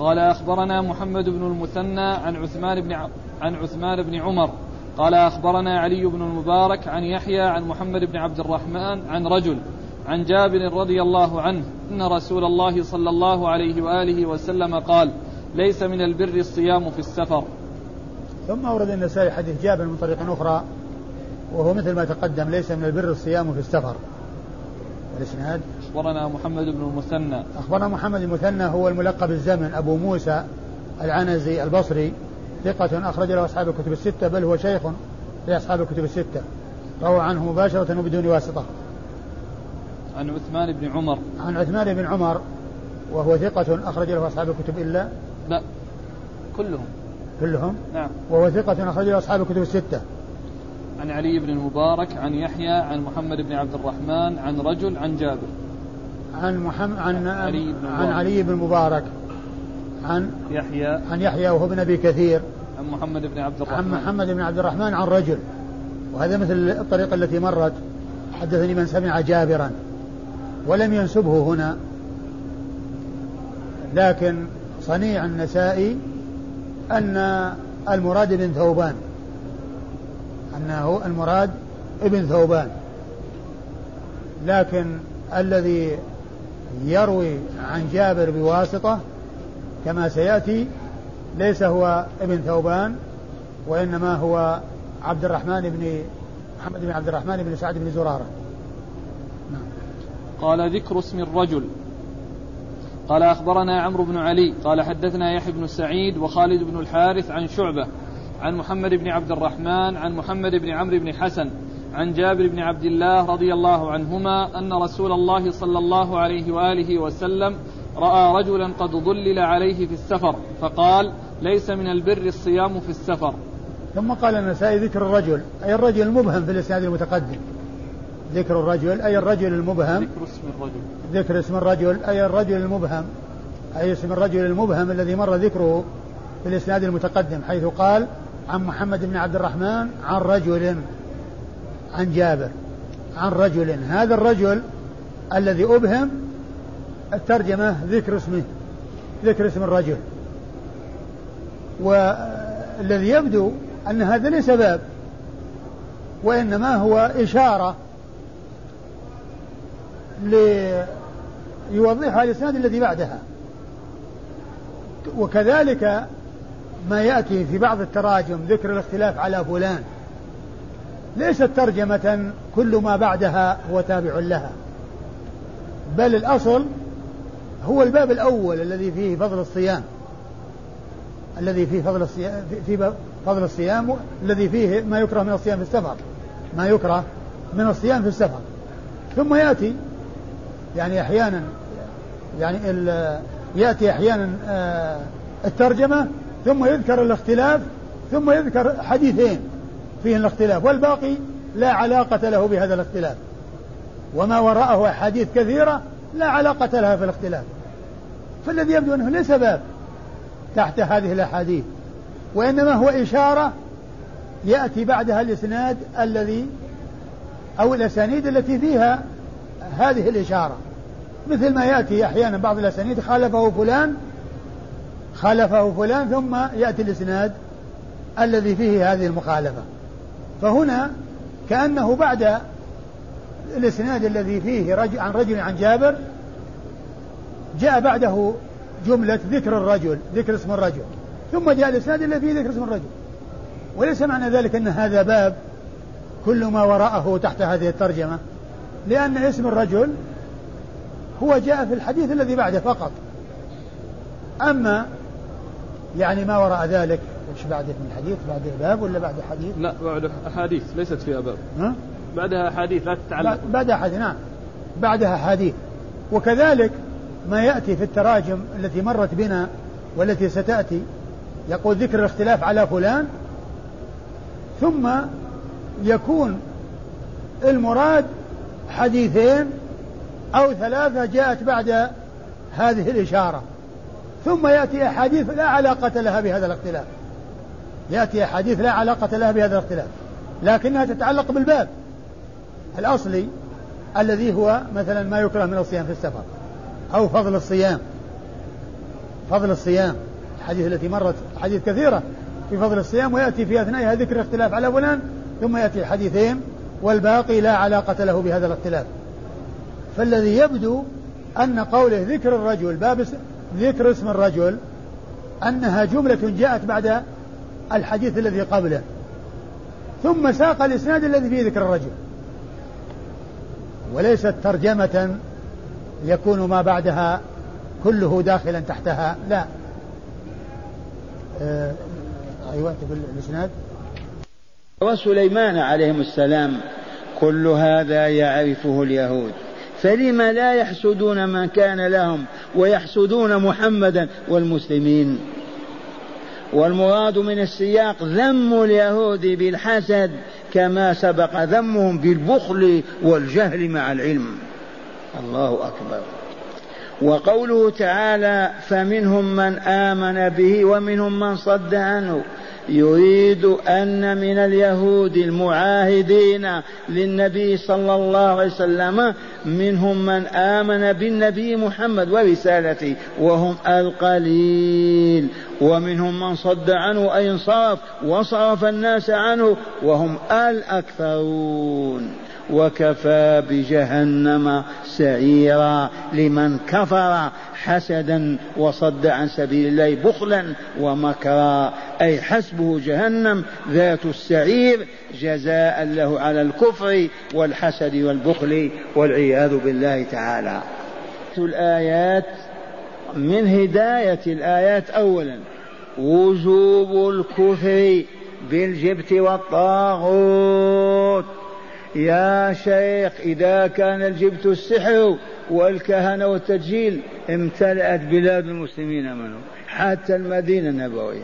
قال أخبرنا محمد بن المثنى عن عثمان بن ع... عن عثمان بن عمر قال أخبرنا علي بن المبارك عن يحيى عن محمد بن عبد الرحمن عن رجل عن جابر رضي الله عنه أن رسول الله صلى الله عليه وآله وسلم قال ليس من البر الصيام في السفر. ثم أورد النسائي حديث جابر من طريق أخرى وهو مثل ما تقدم ليس من البر الصيام في السفر. والإسناد أخبرنا محمد بن المثنى أخبرنا محمد المثنى هو الملقب الزمن أبو موسى العنزي البصري ثقة أخرج له أصحاب الكتب الستة بل هو شيخ في أصحاب الكتب الستة روى عنه مباشرة وبدون واسطة. عن عثمان بن عمر عن عثمان بن عمر وهو ثقة أخرج له أصحاب الكتب إلا لا كلهم كلهم نعم وهو ثقة أخرج له أصحاب الكتب الستة. عن علي بن المبارك عن يحيى عن محمد بن عبد الرحمن عن رجل عن جابر عن محمد عن علي بن عن علي بن المبارك عن يحيى عن يحيى وهو ابن أبي كثير عن محمد بن عبد الرحمن عن محمد بن عبد الرحمن عن رجل وهذا مثل الطريقة التي مرت حدثني من سمع جابرا ولم ينسبه هنا لكن صنيع النسائي أن المراد ابن ثوبان أنه المراد ابن ثوبان لكن الذي يروي عن جابر بواسطة كما سيأتي ليس هو ابن ثوبان وإنما هو عبد الرحمن بن محمد بن عبد الرحمن بن سعد بن زرارة. نعم. قال ذكر اسم الرجل. قال أخبرنا عمرو بن علي قال حدثنا يحيى بن سعيد وخالد بن الحارث عن شعبة عن محمد بن عبد الرحمن عن محمد بن عمرو بن حسن عن جابر بن عبد الله رضي الله عنهما أن رسول الله صلى الله عليه وآله وسلم رأى رجلا قد ضلل عليه في السفر فقال ليس من البر الصيام في السفر. ثم قال النسائي ذكر الرجل أي الرجل المبهم في الإسناد المتقدم. ذكر الرجل أي الرجل المبهم ذكر اسم الرجل ذكر اسم الرجل أي الرجل المبهم أي اسم الرجل المبهم الذي مر ذكره في الإسناد المتقدم حيث قال عن محمد بن عبد الرحمن عن رجل عن جابر عن رجل. هذا الرجل الذي أبهم الترجمة ذكر اسمه ذكر اسم الرجل والذي يبدو أن هذا ليس باب وإنما هو إشارة ليوضحها الإسناد الذي بعدها. وكذلك ما يأتي في بعض التراجم ذكر الاختلاف على فلان ليست ترجمة كل ما بعدها هو تابع لها بل الأصل هو الباب الأول الذي فيه فضل الصيام الذي فيه فضل الصيام في فضل الصيام الذي فيه ما يكره من الصيام في السفر ما يكره من الصيام في السفر ثم يأتي يعني أحيانا يعني يأتي أحيانا الترجمة ثم يذكر الاختلاف ثم يذكر حديثين فيه الاختلاف والباقي لا علاقة له بهذا الاختلاف وما وراءه أحاديث كثيرة لا علاقة لها في الاختلاف. فالذي يبدو أنه ليس باب تحت هذه الأحاديث وإنما هو إشارة يأتي بعدها الإسناد الذي أو الأسانيد التي فيها هذه الإشارة مثل ما يأتي أحيانا بعض الأسانيد خالفه فلان خالفه فلان ثم يأتي الإسناد الذي فيه هذه المخالفة. فهنا كأنه بعد الإسناد الذي فيه رجل عن رجل عن جابر جاء بعده جملة ذكر الرجل ذكر اسم الرجل ثم جاء الإسناد الذي فيه ذكر اسم الرجل وليس معنى ذلك أن هذا باب كل ما وراءه تحت هذه الترجمة لأن اسم الرجل هو جاء في الحديث الذي بعده فقط. أما يعني ما وراء ذلك وش بعده من الحديث بعده باب ولا بعد حديث؟ لا بعد أحاديث ليست فيها باب ها؟ بعدها أحاديث لا تتعلق بعدها حديث نعم بعدها حديث. وكذلك ما يأتي في التراجم التي مرت بنا والتي ستأتي يقول ذكر الاختلاف على فلان ثم يكون المراد حديثين أو ثلاثة جاءت بعد هذه الإشارة ثم يأتي أحاديث لا علاقة لها بهذا الاختلاف يأتي أحاديث لا علاقة لها بهذا الاختلاف لكنها تتعلق بالباب الأصلي الذي هو مثلا ما يكره من الصيام في السفر أو فضل الصيام فضل الصيام، الحديث التي مرت حديث كثيرة في فضل الصيام، ويأتي في أثنائها ذكر اختلاف على فلان، ثم يأتي حديثين والباقي لا علاقة له بهذا الاختلاف. فالذي يبدو أن قوله ذكر الرجل باب ذكر اسم الرجل أنها جملة جاءت بعد الحديث الذي قبله، ثم ساق الإسناد الذي فيه ذكر الرجل، وليست ترجمة يكون ما بعدها كله داخلا تحتها، لا. آه أيوة الإسناد. وسليمان عليهم السلام كل هذا يعرفه اليهود، فلما لا يحسدون من كان لهم ويحسدون محمدا والمسلمين؟ والمراد من السياق ذم اليهود بالحسد كما سبق ذمهم بالبخل والجهل مع العلم. الله أكبر. وقوله تعالى فمنهم من آمن به ومنهم من صد عنه، يريد أن من اليهود المعاهدين للنبي صلى الله عليه وسلم منهم من آمن بالنبي محمد ورسالته وهم القليل، ومنهم من صد عنه أي انصرف وصرف الناس عنه وهم الأكثرون. وكفى بجهنم سعيرا لمن كفر حسدا وصد عن سبيل الله بخلا ومكرا، أي حسبه جهنم ذات السعير جزاء له على الكفر والحسد والبخل والعياذ بالله تعالى. الآيات من هداية الآيات أولا وجوب الكفر بالجبت والطاغوت. يا شيخ إذا كان الجبت السحر والكهنة والتجهيل امتلأت بلاد المسلمين منه حتى المدينة النبوية.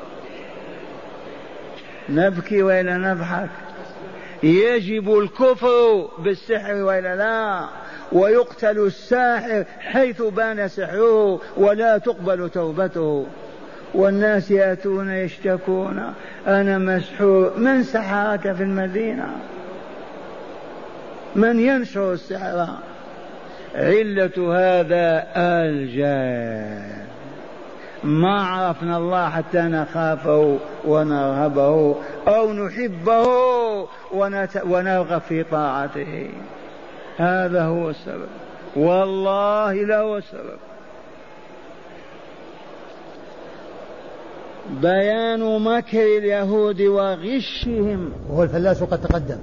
نبكي وإلا نضحك؟ يجب الكفر بالسحر وإلا لا؟ ويقتل الساحر حيث بان سحره ولا تقبل توبته، والناس يأتون يشتكون أنا مسحور. من سحرك في المدينة؟ من ينشر السحر؟ علة هذا الجهل، ما عرفنا الله حتى نخافه ونرهبه أو نحبه ونرغب في طاعته، هذا هو السبب، والله لا هو السبب. بيان مكر اليهود وغشهم. وهو الفلاس قد تقدم.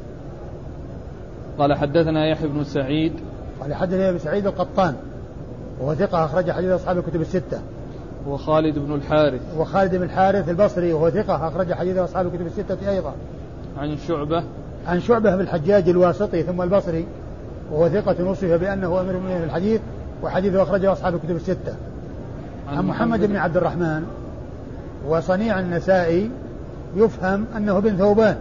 قال حدثنا يحيى بن سعيد قال حدثنا ابن سعيد القطان وهو ثقة أخرج حديث أصحاب الكتب الستة. وخالد بن الحارث وخالد بن الحارث البصري وهو ثقة أخرج حديث أصحاب الكتب الستة أيضا. عن شعبة عن شعبة بن الحجاج الواسطي ثم البصري وهو ثقة وصف بأنه أمير المؤمنين في الحديث وحديثه أخرجه أصحاب الكتب الستة. عن, عن محمد بن عبد الرحمن وصنيع النسائي يفهم أنه ابن ثوبان،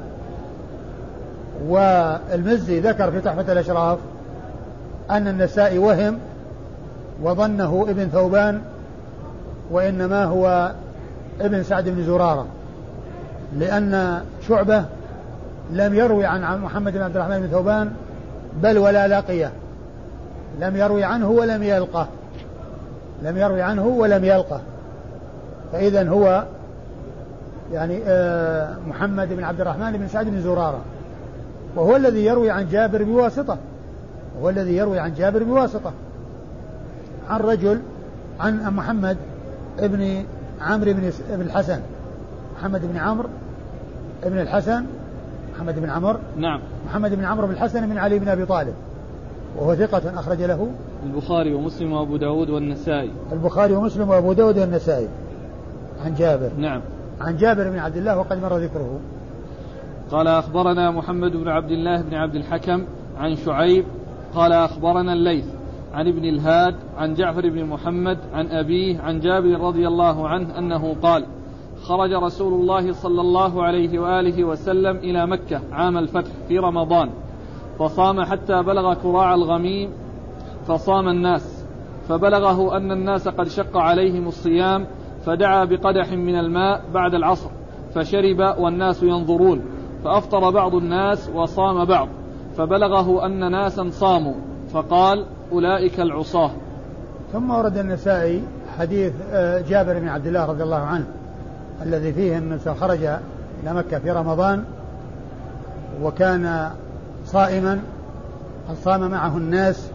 والمزي ذكر في تحفة الأشراف أن النسائي وهم وظنه ابن ثوبان وإنما هو ابن سعد بن زرارة، لأن شعبة لم يروي عن محمد بن عبد الرحمن بن ثوبان بل ولا لقيه، لم يروي عنه ولم يلقه لم يروي عنه ولم يلقه فإذا هو يعني محمد بن عبد الرحمن بن سعد بن زرارة، وهو الذي يروي عن جابر بواسطة هو الذي يروي عن جابر بواسطة عن رجل عن محمد ابن عمرو بن الحسن محمد بن عمرو ابن الحسن محمد بن عمرو نعم محمد بن عمرو بن الحسن من علي بن أبي طالب، وهو ثقة أخرج له البخاري ومسلم وأبو داود والنسائي البخاري ومسلم وأبو داود والنسائي عن جابر نعم عن جابر بن عبد الله وقد مر ذكره. قال أخبرنا محمد بن عبد الله بن عبد الحكم عن شعيب قال أخبرنا الليث عن ابن الهاد عن جعفر بن محمد عن أبيه عن جابر رضي الله عنه أنه قال خرج رسول الله صلى الله عليه وآله وسلم إلى مكة عام الفتح في رمضان فصام حتى بلغ كراع الغميم فصام الناس، فبلغه أن الناس قد شق عليهم الصيام فدعا بقدح من الماء بعد العصر فشرب والناس ينظرون، فأفطر بعض الناس وصام بعض، فبلغه أن ناسا صاموا فقال أولئك العصاة. ثم ورد النسائي حديث جابر بن عبد الله رضي الله عنه الذي فيه أن خرج إلى مكة في رمضان وكان صائما قد صام معه الناس،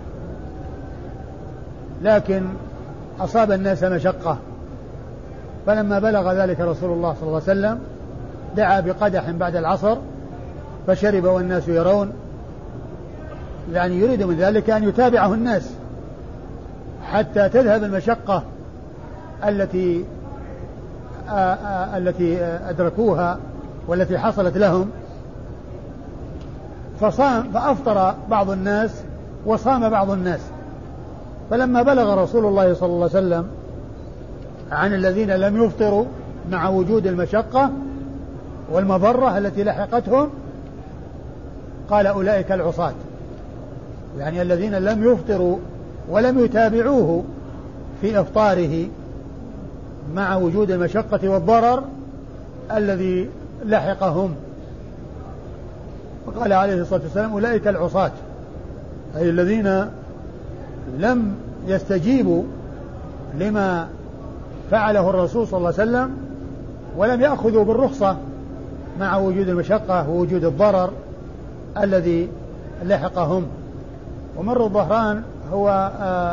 لكن أصاب الناس مشقة، فلما بلغ ذلك رسول الله صلى الله عليه وسلم دعا بقدح بعد العصر فشرب والناس يرون، يعني يريد من ذلك أن يتابعه الناس حتى تذهب المشقة التي آآ آآ التي أدركوها والتي حصلت لهم، فصام فأفطر بعض الناس وصام بعض الناس. فلما بلغ رسول الله صلى الله عليه وسلم عن الذين لم يفطروا مع وجود المشقة والمضرة التي لحقتهم قال أولئك العصاة، يعني الذين لم يفطروا ولم يتابعوه في إفطاره مع وجود المشقة والضرر الذي لحقهم. وقال عليه الصلاة والسلام أولئك العصاة، أي الذين لم يستجيبوا لما فعله الرسول صلى الله عليه وسلم ولم يأخذوا بالرخصة مع وجود المشقة ووجود الضرر الذي لحقهم. ومر الظهران هو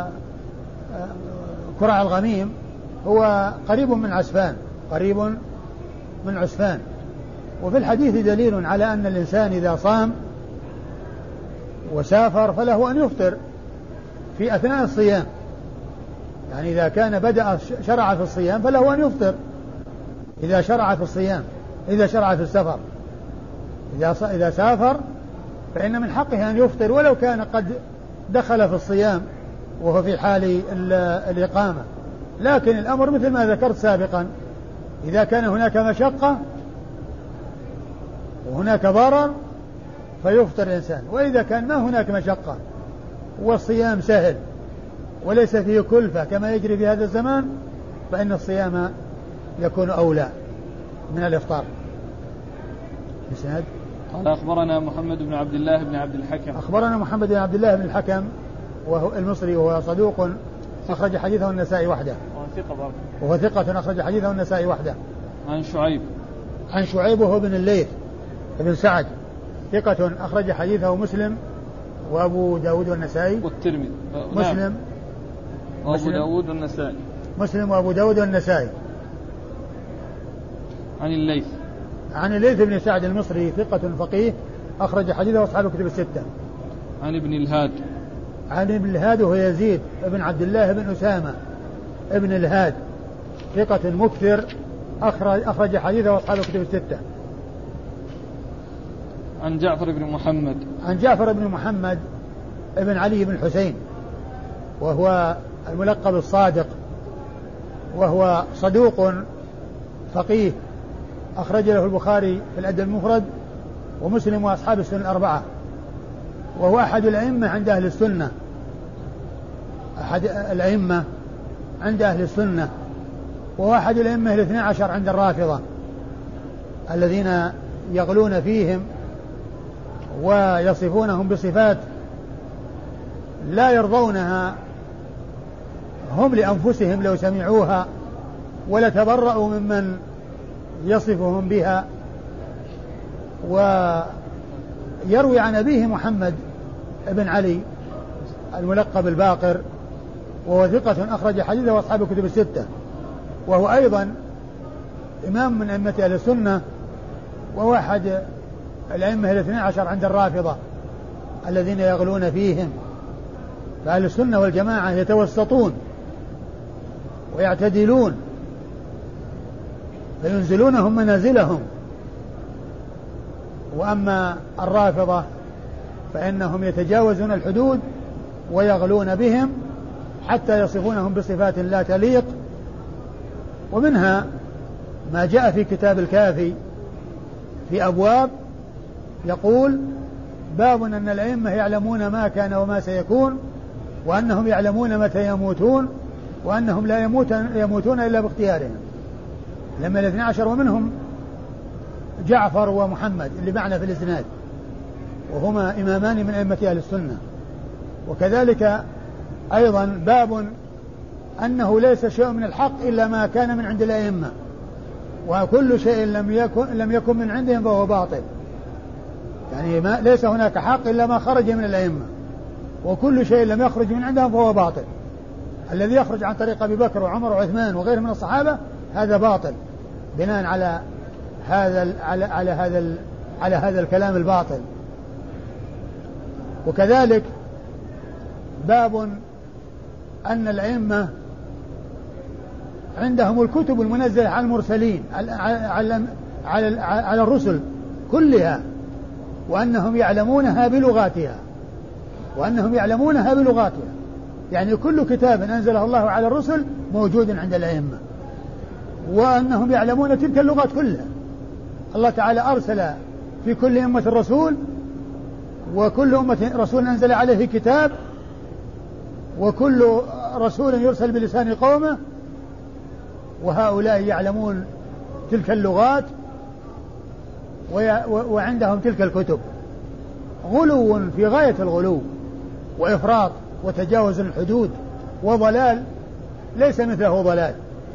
كرع الغميم هو قريب من عسفان، قريب من عسفان. وفي الحديث دليل على أن الإنسان إذا صام وسافر فله أن يفطر في أثناء الصيام، يعني إذا كان بدأ شرع في الصيام فله أن يفطر إذا شرع في الصيام، إذا شرع في السفر، إذا إذا سافر فإن من حقه أن يفطر ولو كان قد دخل في الصيام وهو في حال الإقامة. لكن الأمر مثل ما ذكرت سابقا، إذا كان هناك مشقة وهناك ضرر فيفطر الإنسان، وإذا كان ما هناك مشقة والصيام سهل وليس فيه كلفة كما يجري في هذا الزمان فإن الصيام يكون أولى من الإفطار. قال أخبرنا محمد بن عبد الله بن عبد الحكم أخبرنا محمد بن عبد الله بن الحكم وهو المصري وهو صدوق أخرج حديثه النسائي وحده، وهو ثقة أخرج حديثه النسائي وحده. عن شعيب عن شعيب وهو بن الليث بن سعد ثقة أخرج حديثه مسلم وأبو داود والنسائي والترمذي. مسلم وأبو داود والنسائي مسلم وأبو داود والنسائي. عن الليث عن الليث بن سعد المصري ثقة فقيه أخرج حديثه أصحاب الكتب الستة. عن ابن الهاد عن ابن الهاد وهو يزيد بن عبد الله بن أسامة ابن الهاد ثقة مكثر أخرج, أخرج حديثه أصحاب الكتب الستة. عن جعفر بن محمد عن جعفر بن محمد ابن علي بن حسين وهو الملقب الصادق، وهو صدوق فقيه أخرج له البخاري في الأدب المفرد ومسلم وأصحاب السنن الأربعة، وهو أحد الأئمة عند أهل السنة، أحد الأئمة عند أهل السنة، وهو أحد الأئمة الاثنى عشر عند الرافضة الذين يغلون فيهم ويصفونهم بصفات لا يرضونها هم لأنفسهم لو سمعوها، ولا تبرأوا ممن يصفهم بها. ويروي عن أبيه محمد بن علي الملقب الباقر وهو ثقة أخرج حديثه وأصحاب الكتب الستة، وهو أيضا إمام من أئمة أهل السنة، وهو أحد الأئمة الاثنى عشر عند الرافضة الذين يغلون فيهم. فأهل السنة والجماعة يتوسطون ويعتدلون فينزلونهم منازلهم، وأما الرافضة فإنهم يتجاوزون الحدود ويغلون بهم حتى يصفونهم بصفات لا تليق. ومنها ما جاء في كتاب الكافي في أبواب يقول باب أن الأئمة يعلمون ما كان وما سيكون، وأنهم يعلمون متى يموتون، وأنهم لا يموتون, يموتون إلا باختيارهم. لما الاثنى عشر ومنهم جعفر ومحمد اللي معنا في الإسناد، وهما إمامان من أئمة أهل السنة. وكذلك أيضا باب أنه ليس شيء من الحق إلا ما كان من عند الأئمة، وكل شيء لم يكن لم يكن من عندهم فهو باطل. يعني ما ليس هناك حق إلا ما خرج من الأئمة، وكل شيء لم يخرج من عندهم فهو باطل. الذي يخرج عن طريق أبي بكر وعمر وعثمان وغيرهم من الصحابة هذا باطل بناء على هذا على على هذا على هذا الكلام الباطل. وكذلك باب أن الأئمة عندهم الكتب المنزلة على المرسلين على على على, على الرسل كلها، وأنهم يعلمونها بلغاتها وأنهم يعلمونها بلغاتها يعني كل كتاب أنزله الله على الرسل موجود عند الأئمة، وأنهم يعلمون تلك اللغات كلها. الله تعالى أرسل في كل أمة رسول، وكل أمة رسول أنزل عليه كتاب، وكل رسول يرسل بلسان قومه، وهؤلاء يعلمون تلك اللغات وعندهم تلك الكتب. غلو في غاية الغلو وإفراط وتجاوز الحدود وضلال ليس مثله ضلال.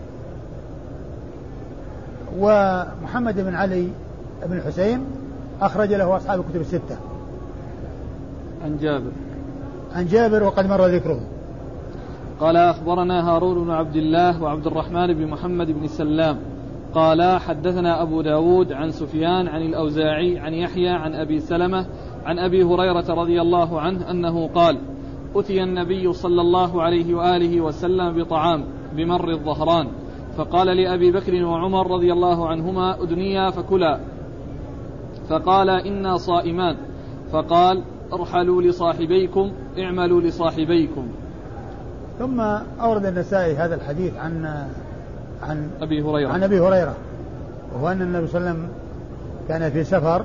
ومحمد بن علي بن الحسين أخرج له أصحاب الكتب الستة. عن جابر عن جابر وقد مر ذكره. قال أخبرنا هارون بن عبد الله وعبد الرحمن بن محمد بن سلام قال حدثنا أبو داود عن سفيان عن الأوزاعي عن يحيى عن أبي سلمة عن أبي هريرة رضي الله عنه أنه قال أتي النبي صلى الله عليه وآله وسلم بطعام بمر الظهران فقال لأبي بكر وعمر رضي الله عنهما أدنيا فكلا، فقال إنا صائمان، فقال ارحلوا لصاحبيكم اعملوا لصاحبيكم. ثم أورد النسائي هذا الحديث عن عن أبي هريرة عن أبي هريرة وهو أن النبي صلى الله عليه وسلم كان في سفر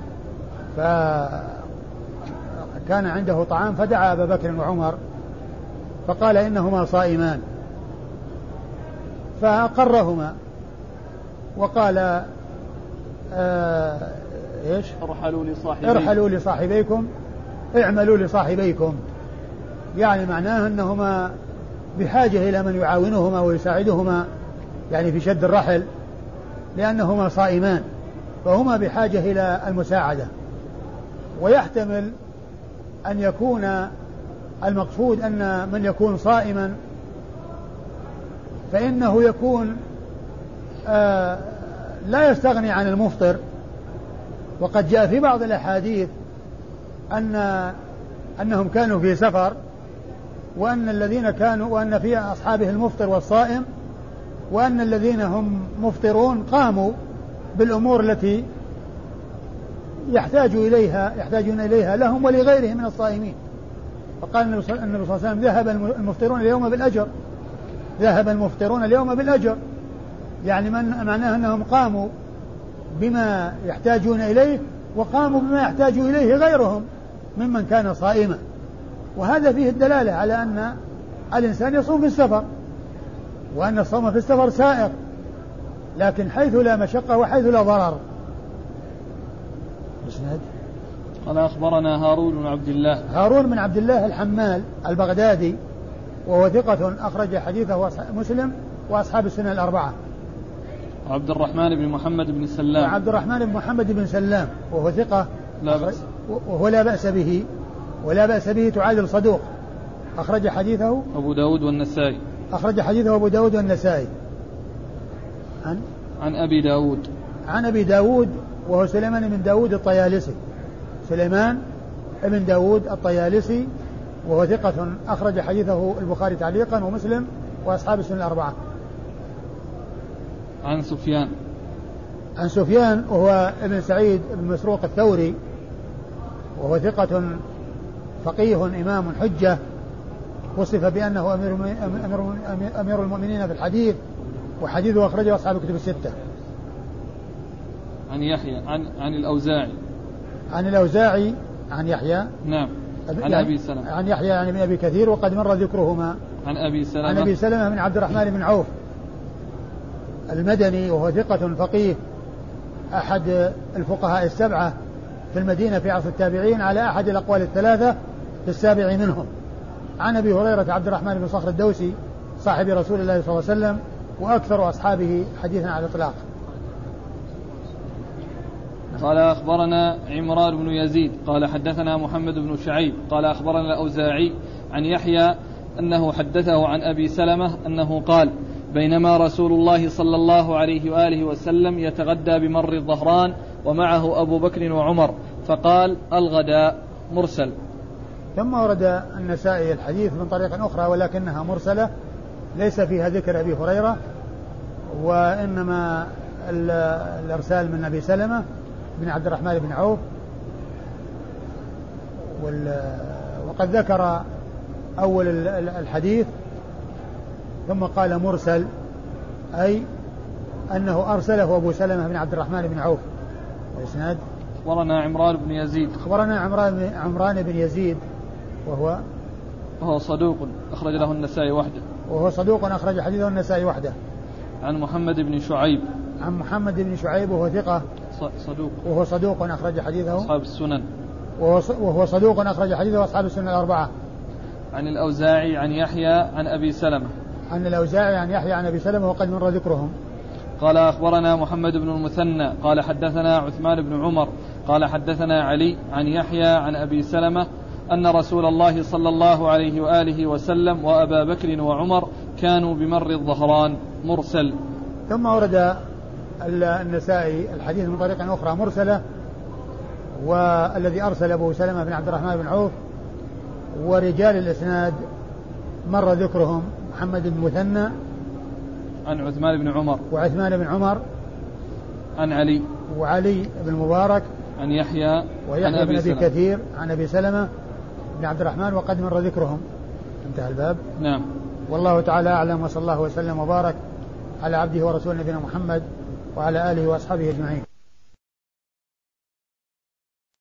فكان عنده طعام فدعا أبا بكر وعمر فقال إنهما صائمان، فأقرهما وقال آه إيش ارحلوا لصاحبيكم ارحلوا لصاحبيكم اعملوا لصاحبيكم، يعني معناه أنهما بحاجة إلى من يعاونهما ويساعدهما يعني في شد الرحل لأنهما صائمان، فهما بحاجة إلى المساعدة. ويحتمل أن يكون المقصود أن من يكون صائما فإنه يكون آه لا يستغني عن المفطر، وقد جاء في بعض الأحاديث أن أنهم كانوا في سفر وأن الذين كانوا وأن في أصحابه المفطر والصائم، وأن الذين هم مفطرون قاموا بالأمور التي يحتاج إليها يحتاجون إليها لهم ولغيرهم من الصائمين. فقال النبي صلى الله عليه وسلم ذهب المفطرون اليوم بالأجر ذهب المفطرون اليوم بالأجر، يعني من معناه أنهم قاموا بما يحتاجون إليه وقاموا بما يحتاج إليه غيرهم ممن كان صائما. وهذا فيه الدلالة على أن الإنسان يصوم في السفر، وأن الصوم في السفر سائر، لكن حيث لا مشقة وحيث لا ضرر. قال أخبرنا هارون بن عبد الله هارون بن عبد الله الحمال البغدادي وهو ثقة أخرج حديثه مسلم وأصحاب السنة الأربعة. عبد الرحمن بن محمد بن سلام وعبد الرحمن بن محمد بن سلام وهو ثقة لا بأس وهو لا بأس به ولا بأس به تعادل صدوق. أخرج حديثه أبو داود والنسائي أخرج حديثه أبو داود والنسائي. عن عن أبي داود عن أبي داود وهو سليمان بن داود الطيالسي سليمان بن داود الطيالسي وهو ثقة أخرج حديثه البخاري تعليقا ومسلم وأصحاب السنة الأربعة. عن سفيان عن سفيان وهو ابن سعيد بن مسروق الثوري وهو ثقة فقيه إمام حجة وصف بأنه أمير, أمير, أمير المؤمنين في الحديث، وحديثه أخرجه أصحاب الكتب الستة. عن يحيى عن عن الأوزاعي عن الأوزاعي عن يحيى نعم عن يعني أبي سلمة عن يحيى يعني بن أبي كثير وقد مر ذكرهما. عن أبي سلمة عن أبي سلمة بن عبد الرحمن بن عوف المدني وهو ثقة فقيه أحد الفقهاء السبعة في المدينة في عصر التابعين على أحد الأقوال الثلاثة في السابع منهم. عن أبي هريرة عبد الرحمن بن صخر الدوسي صاحب رسول الله صلى الله عليه وسلم وأكثر أصحابه حديثا على الإطلاق. قال أخبرنا عمران بن يزيد قال حدثنا محمد بن شعيب قال أخبرنا الأوزاعي عن يحيى أنه حدثه عن أبي سلمة أنه قال بينما رسول الله صلى الله عليه وآله وسلم يتغدى بمر الظهران ومعه أبو بكر وعمر فقال الغداء مرسل. ثم ورد النسائي الحديث من طريق أخرى ولكنها مرسلة ليس فيها ذكر أبي هريرة، وإنما الإرسال من أبي سلمة بن عبد الرحمن بن عوف، وقد ذكر أول الحديث ثم قال مرسل، أي أنه أرسله أبو سلمة بن عبد الرحمن بن عوف. الإسناد أخبرنا عمران بن يزيد أخبرنا عمران عمران بن يزيد وهو وهو صدوق أخرج له النسائي وحده وهو صدوق أخرج حديثه النسائي وحده. عن محمد بن شعيب عن محمد بن شعيب وهو ثقة صدوق وهو صدوق أخرج حديثه أصحاب السنن وهو صدوق أخرج حديثه أصحاب السنن الأربعة. عن الأوزاعي عن يحيى عن أبي سلمة عن الأوزاعي عن يحيى عن أبي سلمة وقد مر ذكرهم. قال أخبرنا محمد بن المثنى قال حدثنا عثمان بن عمر قال حدثنا علي عن يحيى عن أبي سلمة أن رسول الله صلى الله عليه وآله وسلم وأبا بكر وعمر كانوا بمر الظهران مرسل. ثم ورد النسائي الحديث من طريق أخرى مرسلة، والذي أرسل أبو سلمة بن عبد الرحمن بن عوف، ورجال الإسناد مر ذكرهم محمد بن مثنى عن عثمان بن عمر وعثمان بن عمر عن علي وعلي بن مبارك عن يحيى ويحيى بن أبي كثير عن أبي سلمة بن عبد الرحمن وقد مر ذكرهم. انتهى الباب. نعم. والله تعالى أعلم، وصلى الله وسلم وبارك على عبده ورسوله نبينا محمد وعلى آله وأصحابه أجمعين.